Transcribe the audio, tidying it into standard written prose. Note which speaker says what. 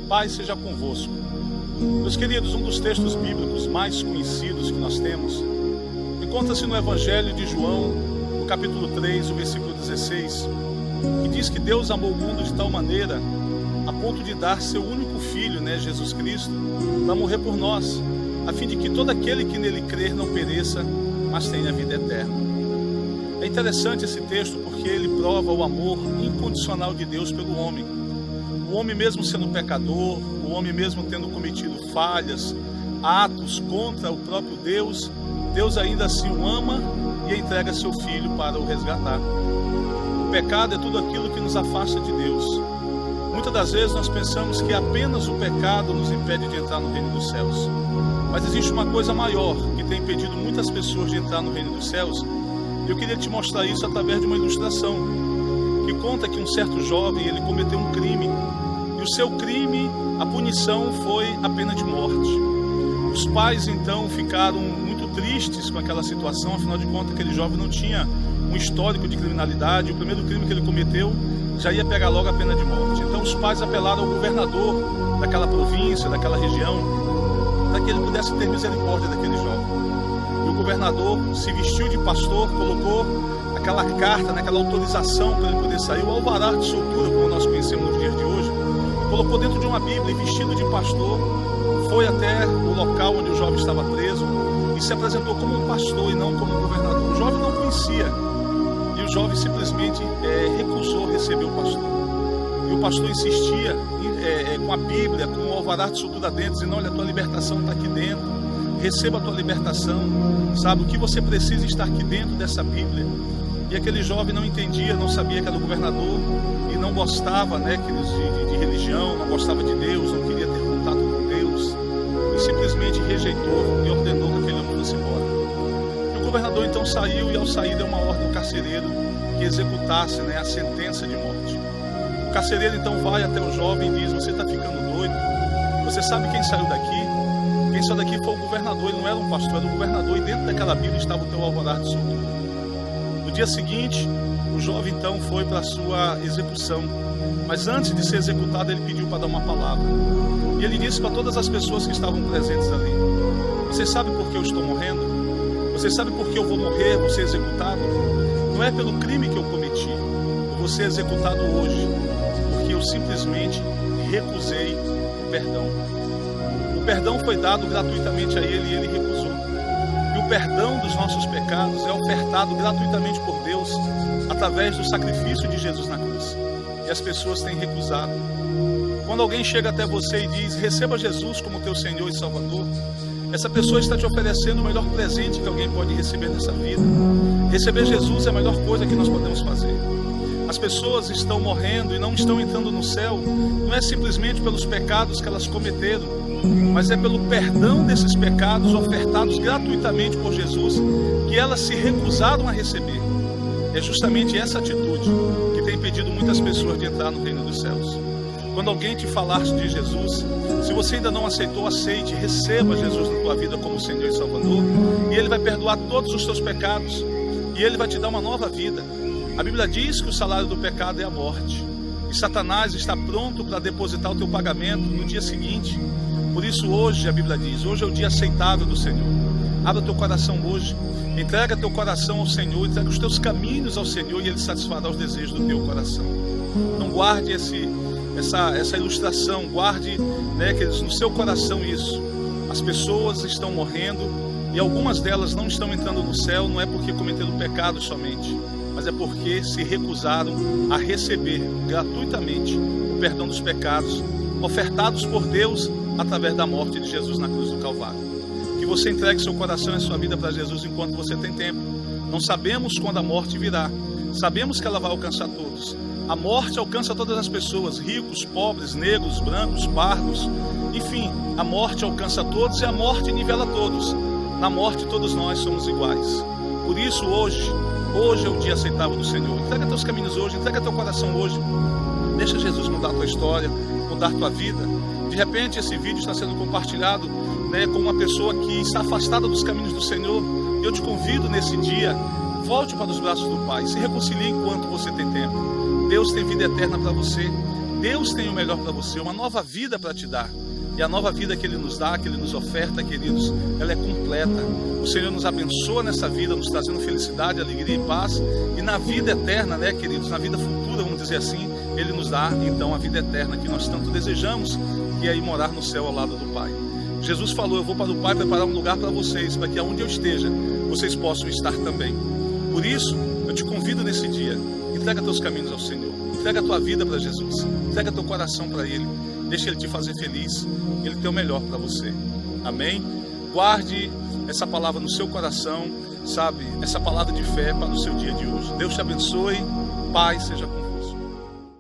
Speaker 1: paz seja convosco. Meus queridos, um dos textos bíblicos mais conhecidos que nós temos encontra-se no Evangelho de João, no capítulo 3, o versículo 16, que diz que Deus amou o mundo de tal maneira a ponto de dar seu único filho, Jesus Cristo, para morrer por nós, a fim de que todo aquele que nele crer não pereça, mas tenha vida eterna. É interessante esse texto porque ele prova o amor incondicional de Deus pelo homem. O homem mesmo sendo pecador, o homem mesmo tendo cometido falhas, atos contra o próprio Deus, Deus ainda assim o ama e entrega seu filho para o resgatar. O pecado é tudo aquilo que nos afasta de Deus. Muitas das vezes nós pensamos que apenas o pecado nos impede de entrar no reino dos céus. Mas existe uma coisa maior que tem impedido muitas pessoas de entrar no reino dos céus. E eu queria te mostrar isso através de uma ilustração que conta que um certo jovem, ele cometeu um crime. E o seu crime, a punição foi a pena de morte. Os pais então ficaram muito tristes com aquela situação, afinal de contas aquele jovem não tinha um histórico de criminalidade. O primeiro crime que ele cometeu já ia pegar logo a pena de morte. Então os pais apelaram ao governador daquela província, daquela região, para que ele pudesse ter misericórdia daquele jovem. E o governador se vestiu de pastor, colocou aquela carta, aquela autorização para ele poder sair, o alvará de soltura, como nós conhecemos nos dias de hoje, colocou dentro de uma Bíblia e vestido de pastor, foi até o local onde o jovem estava preso e se apresentou como um pastor e não como um governador. O jovem não conhecia e o jovem simplesmente recusou receber o pastor. E o pastor insistia com a Bíblia, com o alvará de soltura dentro, dizendo: olha, a tua libertação está aqui dentro, receba a tua libertação, sabe, o que você precisa está aqui dentro dessa Bíblia. E aquele jovem não entendia, não sabia que era o governador e não gostava de religião, não gostava de Deus, não queria ter contato com Deus e simplesmente rejeitou e ordenou que aquele homem fosse embora. E o governador então saiu e ao sair deu uma ordem ao carcereiro que executasse a sentença de morte. O carcereiro então vai até o jovem e diz: você está ficando doido? Você sabe quem saiu daqui? Quem saiu daqui foi o governador, ele não era um pastor, era o governador, e dentro daquela Bíblia estava o teu alvará de soltura. No dia seguinte, o jovem então foi para a sua execução, mas antes de ser executado ele pediu para dar uma palavra. E ele disse para todas as pessoas que estavam presentes ali: você sabe por que eu estou morrendo? Você sabe por que eu vou morrer, vou ser executado? Não é pelo crime que eu cometi, eu vou ser executado hoje, porque eu simplesmente recusei o perdão. O perdão foi dado gratuitamente a ele e ele recusou. E o perdão dos nossos pecados é ofertado gratuitamente por Deus através do sacrifício de Jesus na cruz. E as pessoas têm recusado. Quando alguém chega até você e diz: receba Jesus como teu Senhor e Salvador, essa pessoa está te oferecendo o melhor presente que alguém pode receber nessa vida. Receber Jesus é a melhor coisa que nós podemos fazer. As pessoas estão morrendo e não estão entrando no céu, não é simplesmente pelos pecados que elas cometeram, mas é pelo perdão desses pecados ofertados gratuitamente por Jesus, que elas se recusaram a receber. É justamente essa atitude que tem impedido muitas pessoas de entrar no reino dos céus. Quando alguém te falar de Jesus, se você ainda não aceitou, aceite, receba Jesus na tua vida como Senhor e Salvador, e Ele vai perdoar todos os teus pecados, e Ele vai te dar uma nova vida. A Bíblia diz que o salário do pecado é a morte, e Satanás está pronto para depositar o teu pagamento no dia seguinte. Por isso hoje, a Bíblia diz, hoje é o dia aceitável do Senhor. Abra teu coração hoje, entrega teu coração ao Senhor, entrega os teus caminhos ao Senhor e Ele satisfará os desejos do teu coração. Então guarde essa ilustração, guarde queridos, no seu coração isso. As pessoas estão morrendo e algumas delas não estão entrando no céu, não é porque cometeram pecado somente, mas é porque se recusaram a receber gratuitamente o perdão dos pecados ofertados por Deus através da morte de Jesus na cruz do Calvário. Que você entregue seu coração e a sua vida para Jesus enquanto você tem tempo. Não sabemos quando a morte virá, sabemos que ela vai alcançar todos. A morte alcança todas as pessoas, ricos, pobres, negros, brancos, pardos, enfim, a morte alcança todos e a morte nivela todos. Na morte todos nós somos iguais. Por isso hoje é o dia aceitável do Senhor. Entrega teus caminhos hoje, entrega teu coração hoje. Deixa Jesus mudar a tua história, mudar a tua vida. De repente esse vídeo está sendo compartilhado com uma pessoa que está afastada dos caminhos do Senhor. E eu te convido nesse dia, volte para os braços do Pai, se reconcilie enquanto você tem tempo. Deus tem vida eterna para você. Deus tem o melhor para você, uma nova vida para te dar. E a nova vida que Ele nos dá, que Ele nos oferta, queridos, ela é completa. O Senhor nos abençoa nessa vida, nos trazendo felicidade, alegria e paz. E na vida eterna, né, queridos, na vida futura, vamos dizer assim, Ele nos dá, então, a vida eterna que nós tanto desejamos, que é ir morar no céu ao lado do Pai. Jesus falou, eu vou para o Pai preparar um lugar para vocês, para que aonde eu esteja, vocês possam estar também. Por isso, eu te convido nesse dia, entrega teus caminhos ao Senhor, entrega a tua vida para Jesus, entrega teu coração para Ele, deixa Ele te fazer feliz, Ele tem o melhor para você. Amém? Guarde essa palavra no seu coração, sabe? Essa palavra de fé para o seu dia de hoje. Deus te abençoe, paz seja com